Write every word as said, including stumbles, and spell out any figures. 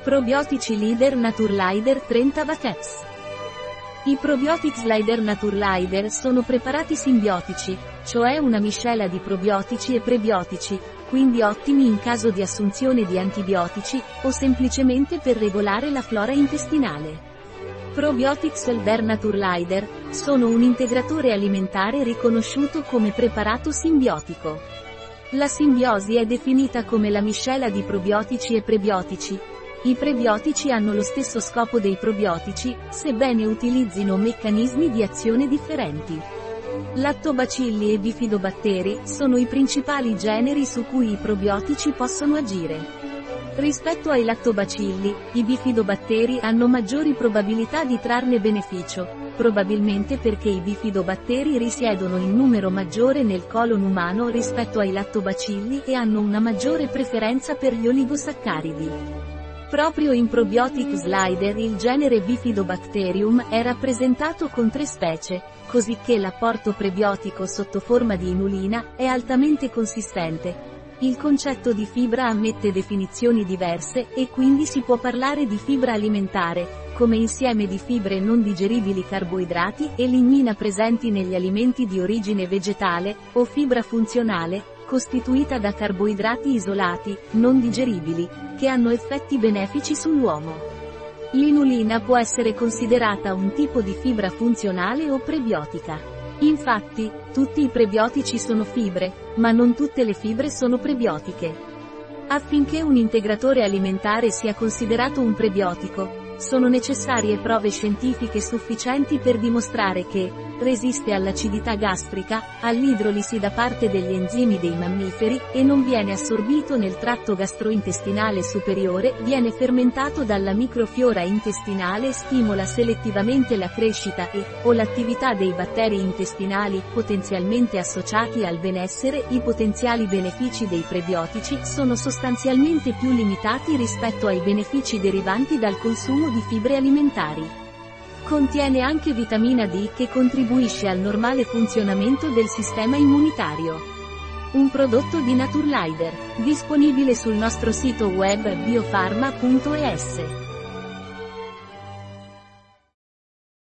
Probiotici Leader Naturlider trenta Vacaps. I Probiotics Leader Naturlider sono preparati simbiotici, cioè una miscela di probiotici e prebiotici, quindi ottimi in caso di assunzione di antibiotici, o semplicemente per regolare la flora intestinale. Probiotics Leader Naturlider sono un integratore alimentare riconosciuto come preparato simbiotico. La simbiosi è definita come la miscela di probiotici e prebiotici. I prebiotici hanno lo stesso scopo dei probiotici, sebbene utilizzino meccanismi di azione differenti. Lattobacilli e bifidobatteri sono i principali generi su cui i probiotici possono agire. Rispetto ai lattobacilli, i bifidobatteri hanno maggiori probabilità di trarne beneficio, probabilmente perché i bifidobatteri risiedono in numero maggiore nel colon umano rispetto ai lattobacilli e hanno una maggiore preferenza per gli oligosaccaridi. Proprio in Probiotics Leader il genere Bifidobacterium è rappresentato con tre specie, cosicché l'apporto prebiotico sotto forma di inulina è altamente consistente. Il concetto di fibra ammette definizioni diverse e quindi si può parlare di fibra alimentare, come insieme di fibre non digeribili carboidrati e lignina presenti negli alimenti di origine vegetale, o fibra funzionale, costituita da carboidrati isolati, non digeribili, che hanno effetti benefici sull'uomo. L'inulina può essere considerata un tipo di fibra funzionale o prebiotica. Infatti, tutti i prebiotici sono fibre, ma non tutte le fibre sono prebiotiche. Affinché un integratore alimentare sia considerato un prebiotico, sono necessarie prove scientifiche sufficienti per dimostrare che resiste all'acidità gastrica, all'idrolisi da parte degli enzimi dei mammiferi, e non viene assorbito nel tratto gastrointestinale superiore, viene fermentato dalla microfiora intestinale e stimola selettivamente la crescita e, o l'attività dei batteri intestinali, potenzialmente associati al benessere. I potenziali benefici dei prebiotici sono sostanzialmente più limitati rispetto ai benefici derivanti dal consumo di fibre alimentari. Contiene anche vitamina D che contribuisce al normale funzionamento del sistema immunitario. Un prodotto di Naturlider, disponibile sul nostro sito web biofarma punto es.